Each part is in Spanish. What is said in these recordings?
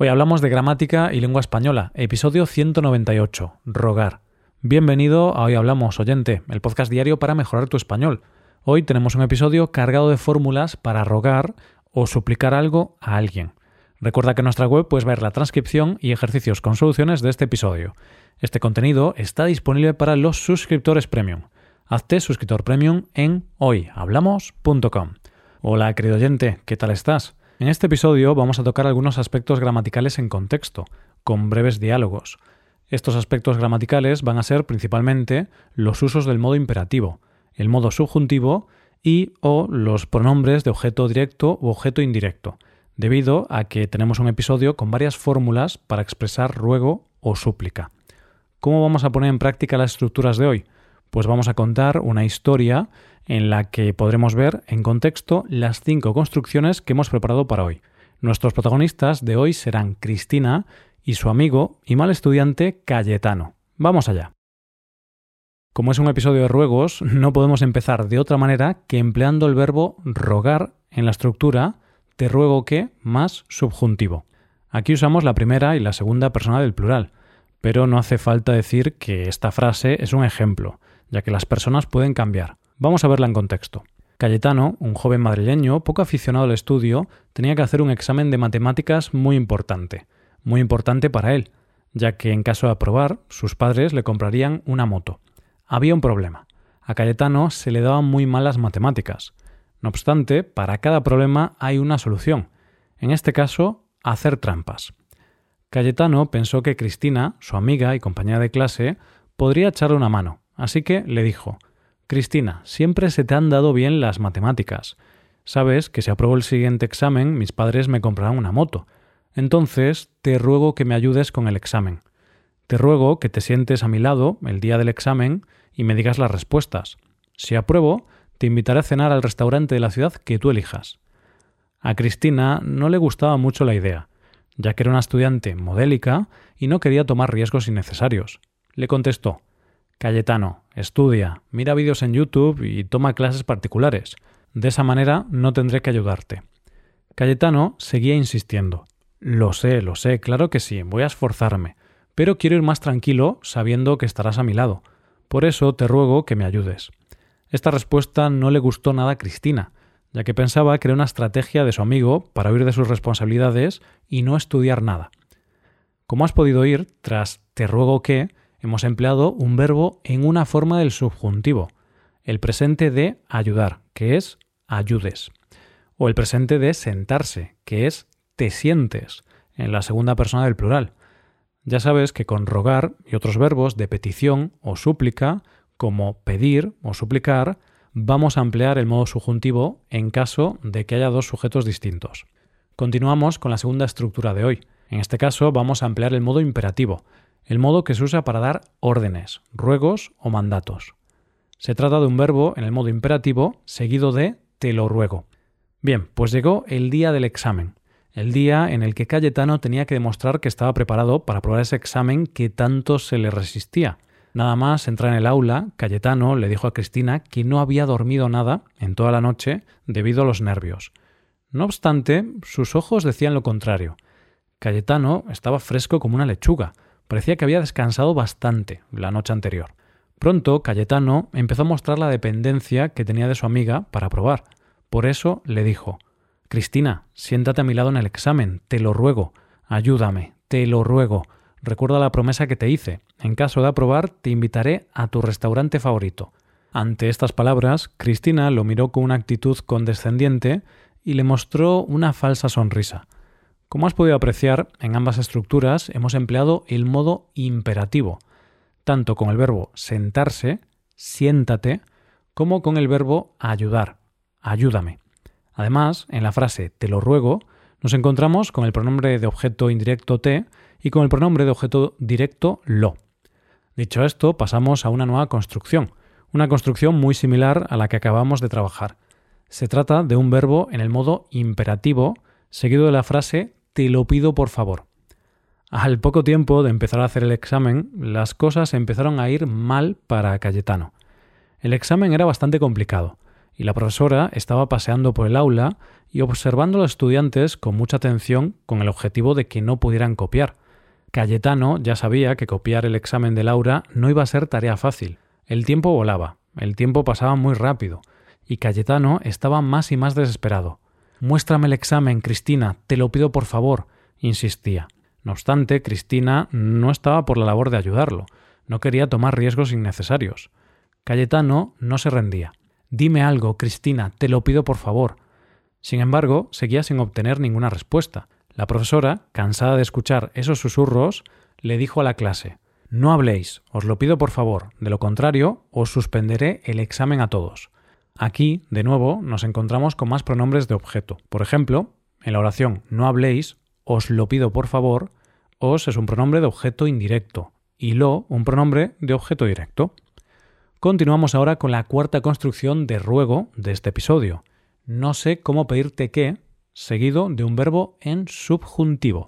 Hoy hablamos de gramática y lengua española, episodio 198, rogar. Bienvenido a Hoy Hablamos, oyente, el podcast diario para mejorar tu español. Hoy tenemos un episodio cargado de fórmulas para rogar o suplicar algo a alguien. Recuerda que en nuestra web puedes ver la transcripción y ejercicios con soluciones de este episodio. Este contenido está disponible para los suscriptores premium. Hazte suscriptor premium en hoyhablamos.com. Hola, querido oyente, ¿qué tal estás? En este episodio vamos a tocar algunos aspectos gramaticales en contexto, con breves diálogos. Estos aspectos gramaticales van a ser principalmente los usos del modo imperativo, el modo subjuntivo y o los pronombres de objeto directo u objeto indirecto, debido a que tenemos un episodio con varias fórmulas para expresar ruego o súplica. ¿Cómo vamos a poner en práctica las estructuras de hoy? Pues vamos a contar una historia en la que podremos ver en contexto las 5 construcciones que hemos preparado para hoy. Nuestros protagonistas de hoy serán Cristina y su amigo y mal estudiante Cayetano. ¡Vamos allá! Como es un episodio de ruegos, no podemos empezar de otra manera que empleando el verbo rogar en la estructura te ruego que más subjuntivo. Aquí usamos la primera y la segunda persona del plural, pero no hace falta decir que esta frase es un ejemplo, ya que las personas pueden cambiar. Vamos a verla en contexto. Cayetano, un joven madrileño poco aficionado al estudio, tenía que hacer un examen de matemáticas muy importante para él, ya que en caso de aprobar, sus padres le comprarían una moto. Había un problema. A Cayetano se le daban muy mal las matemáticas. No obstante, para cada problema hay una solución. En este caso, hacer trampas. Cayetano pensó que Cristina, su amiga y compañera de clase, podría echarle una mano, así que le dijo: Cristina, siempre se te han dado bien las matemáticas. Sabes que si apruebo el siguiente examen, mis padres me comprarán una moto. Entonces, te ruego que me ayudes con el examen. Te ruego que te sientes a mi lado el día del examen y me digas las respuestas. Si apruebo, te invitaré a cenar al restaurante de la ciudad que tú elijas. A Cristina no le gustaba mucho la idea, ya que era una estudiante modélica y no quería tomar riesgos innecesarios. Le contestó: Cayetano, estudia, mira vídeos en YouTube y toma clases particulares. De esa manera no tendré que ayudarte. Cayetano seguía insistiendo. Lo sé, claro que sí, voy a esforzarme, pero quiero ir más tranquilo sabiendo que estarás a mi lado. Por eso te ruego que me ayudes. Esta respuesta no le gustó nada a Cristina, ya que pensaba que era una estrategia de su amigo para huir de sus responsabilidades y no estudiar nada. Como has podido oír, tras te ruego que, hemos empleado un verbo en una forma del subjuntivo, el presente de ayudar, que es ayudes, o el presente de sentarse, que es te sientes, en la segunda persona del plural. Ya sabes que con rogar y otros verbos de petición o súplica, como pedir o suplicar, vamos a emplear el modo subjuntivo en caso de que haya dos sujetos distintos. Continuamos con la segunda estructura de hoy. En este caso vamos a emplear el modo imperativo, el modo que se usa para dar órdenes, ruegos o mandatos. Se trata de un verbo en el modo imperativo seguido de te lo ruego. Bien, pues llegó el día del examen, el día en el que Cayetano tenía que demostrar que estaba preparado para aprobar ese examen que tanto se le resistía. Nada más entrar en el aula, Cayetano le dijo a Cristina que no había dormido nada en toda la noche debido a los nervios. No obstante, sus ojos decían lo contrario. Cayetano estaba fresco como una lechuga. Parecía que había descansado bastante la noche anterior. Pronto, Cayetano empezó a mostrar la dependencia que tenía de su amiga para aprobar. Por eso le dijo: Cristina, siéntate a mi lado en el examen, te lo ruego. Ayúdame, te lo ruego. Recuerda la promesa que te hice. En caso de aprobar, te invitaré a tu restaurante favorito. Ante estas palabras, Cristina lo miró con una actitud condescendiente y le mostró una falsa sonrisa. Como has podido apreciar, en ambas estructuras hemos empleado el modo imperativo, tanto con el verbo sentarse, siéntate, como con el verbo ayudar, ayúdame. Además, en la frase te lo ruego, nos encontramos con el pronombre de objeto indirecto te y con el pronombre de objeto directo lo. Dicho esto, pasamos a una nueva construcción, una construcción muy similar a la que acabamos de trabajar. Se trata de un verbo en el modo imperativo, seguido de la frase te lo pido por favor. Al poco tiempo de empezar a hacer el examen, las cosas empezaron a ir mal para Cayetano. El examen era bastante complicado. y la profesora estaba paseando por el aula y observando a los estudiantes con mucha atención con el objetivo de que no pudieran copiar. Cayetano ya sabía que copiar el examen de Laura no iba a ser tarea fácil. El tiempo volaba, el tiempo pasaba muy rápido, y Cayetano estaba más y más desesperado. «Muéstrame el examen, Cristina, te lo pido por favor», insistía. No obstante, Cristina no estaba por la labor de ayudarlo, no quería tomar riesgos innecesarios. Cayetano no se rendía. «Dime algo, Cristina, te lo pido por favor». Sin embargo, seguía sin obtener ninguna respuesta. La profesora, cansada de escuchar esos susurros, le dijo a la clase: «No habléis, os lo pido por favor, de lo contrario, os suspenderé el examen a todos». Aquí, de nuevo, nos encontramos con más pronombres de objeto. Por ejemplo, en la oración «no habléis», «os lo pido por favor», «os» es un pronombre de objeto indirecto y «lo» un pronombre de objeto directo. Continuamos ahora con la cuarta construcción de ruego de este episodio. No sé cómo pedirte que, seguido de un verbo en subjuntivo.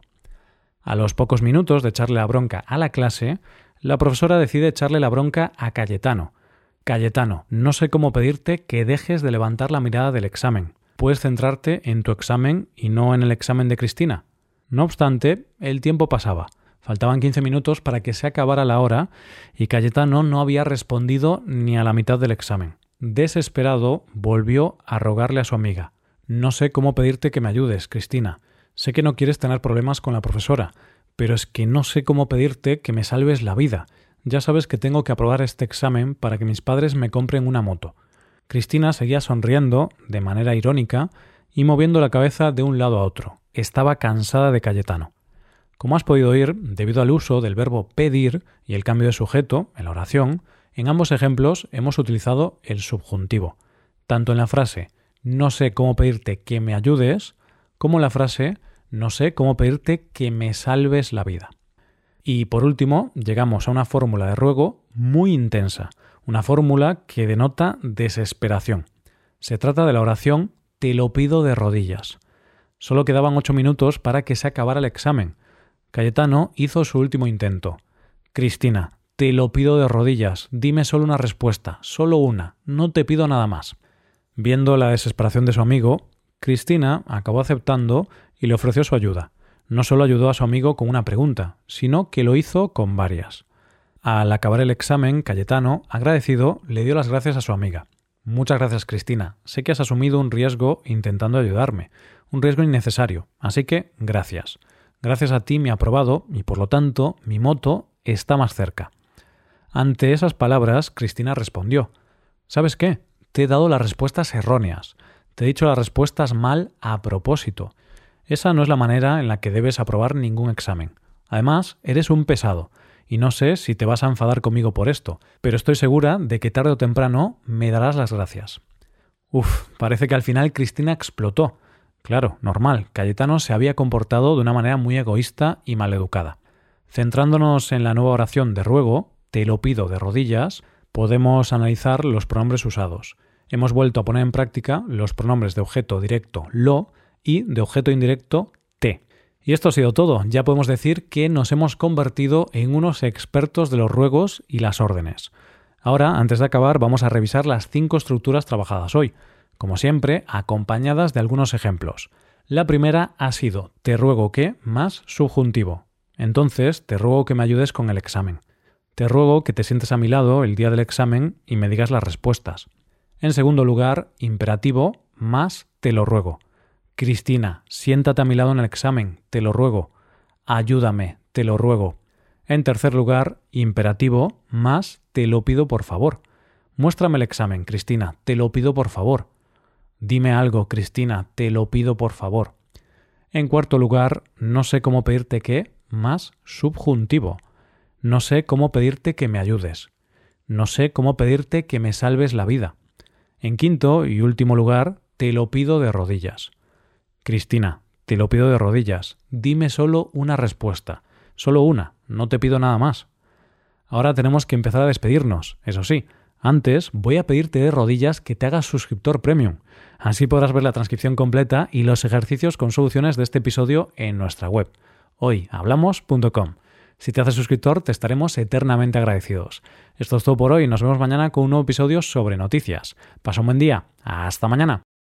A los pocos minutos de echarle la bronca a la clase, la profesora decide echarle la bronca a Cayetano. «Cayetano, no sé cómo pedirte que dejes de levantar la mirada del examen. ¿Puedes centrarte en tu examen y no en el examen de Cristina?» No obstante, el tiempo pasaba. Faltaban 15 minutos para que se acabara la hora y Cayetano no había respondido ni a la mitad del examen. Desesperado, volvió a rogarle a su amiga: «No sé cómo pedirte que me ayudes, Cristina. Sé que no quieres tener problemas con la profesora, pero es que no sé cómo pedirte que me salves la vida. Ya sabes que tengo que aprobar este examen para que mis padres me compren una moto». Cristina seguía sonriendo, de manera irónica, y moviendo la cabeza de un lado a otro. Estaba cansada de Cayetano. Como has podido oír, debido al uso del verbo pedir y el cambio de sujeto en la oración, en ambos ejemplos hemos utilizado el subjuntivo, tanto en la frase «no sé cómo pedirte que me ayudes», como en la frase «no sé cómo pedirte que me salves la vida». Y por último, llegamos a una fórmula de ruego muy intensa, una fórmula que denota desesperación. Se trata de la oración «te lo pido de rodillas». Solo quedaban 8 minutos para que se acabara el examen. Cayetano hizo su último intento. «Cristina, te lo pido de rodillas, dime solo una respuesta, solo una, no te pido nada más». Viendo la desesperación de su amigo, Cristina acabó aceptando y le ofreció su ayuda. No solo ayudó a su amigo con una pregunta, sino que lo hizo con varias. Al acabar el examen, Cayetano, agradecido, le dio las gracias a su amiga. «Muchas gracias, Cristina. Sé que has asumido un riesgo intentando ayudarme, un riesgo innecesario, así que gracias. Gracias a ti me he aprobado y, por lo tanto, mi moto está más cerca». Ante esas palabras, Cristina respondió: «¿Sabes qué? Te he dado las respuestas erróneas. Te he dicho las respuestas mal a propósito. Esa no es la manera en la que debes aprobar ningún examen. Además, eres un pesado, y no sé si te vas a enfadar conmigo por esto, pero estoy segura de que tarde o temprano me darás las gracias». Parece que al final Cristina explotó. Claro, normal, Cayetano se había comportado de una manera muy egoísta y maleducada. Centrándonos en la nueva oración de ruego, «te lo pido de rodillas», podemos analizar los pronombres usados. Hemos vuelto a poner en práctica los pronombres de objeto directo «lo» y de objeto indirecto «te». Y esto ha sido todo. Ya podemos decir que nos hemos convertido en unos expertos de los ruegos y las órdenes. Ahora, antes de acabar, vamos a revisar las 5 estructuras trabajadas hoy, como siempre, acompañadas de algunos ejemplos. La primera ha sido «te ruego que» más subjuntivo. Entonces, te ruego que me ayudes con el examen. Te ruego que te sientes a mi lado el día del examen y me digas las respuestas. En segundo lugar, imperativo más te lo ruego. Cristina, siéntate a mi lado en el examen, te lo ruego. Ayúdame, te lo ruego. En tercer lugar, imperativo más te lo pido por favor. Muéstrame el examen, Cristina, te lo pido por favor. Dime algo, Cristina, te lo pido por favor. En cuarto lugar, no sé cómo pedirte que más subjuntivo. No sé cómo pedirte que me ayudes. No sé cómo pedirte que me salves la vida. En quinto y último lugar, te lo pido de rodillas. Cristina, te lo pido de rodillas. Dime solo una respuesta. Solo una. No te pido nada más. Ahora tenemos que empezar a despedirnos. Eso sí, antes voy a pedirte de rodillas que te hagas suscriptor premium. Así podrás ver la transcripción completa y los ejercicios con soluciones de este episodio en nuestra web, hoyhablamos.com. Si te haces suscriptor, te estaremos eternamente agradecidos. Esto es todo por hoy. Nos vemos mañana con un nuevo episodio sobre noticias. Pasa un buen día. Hasta mañana.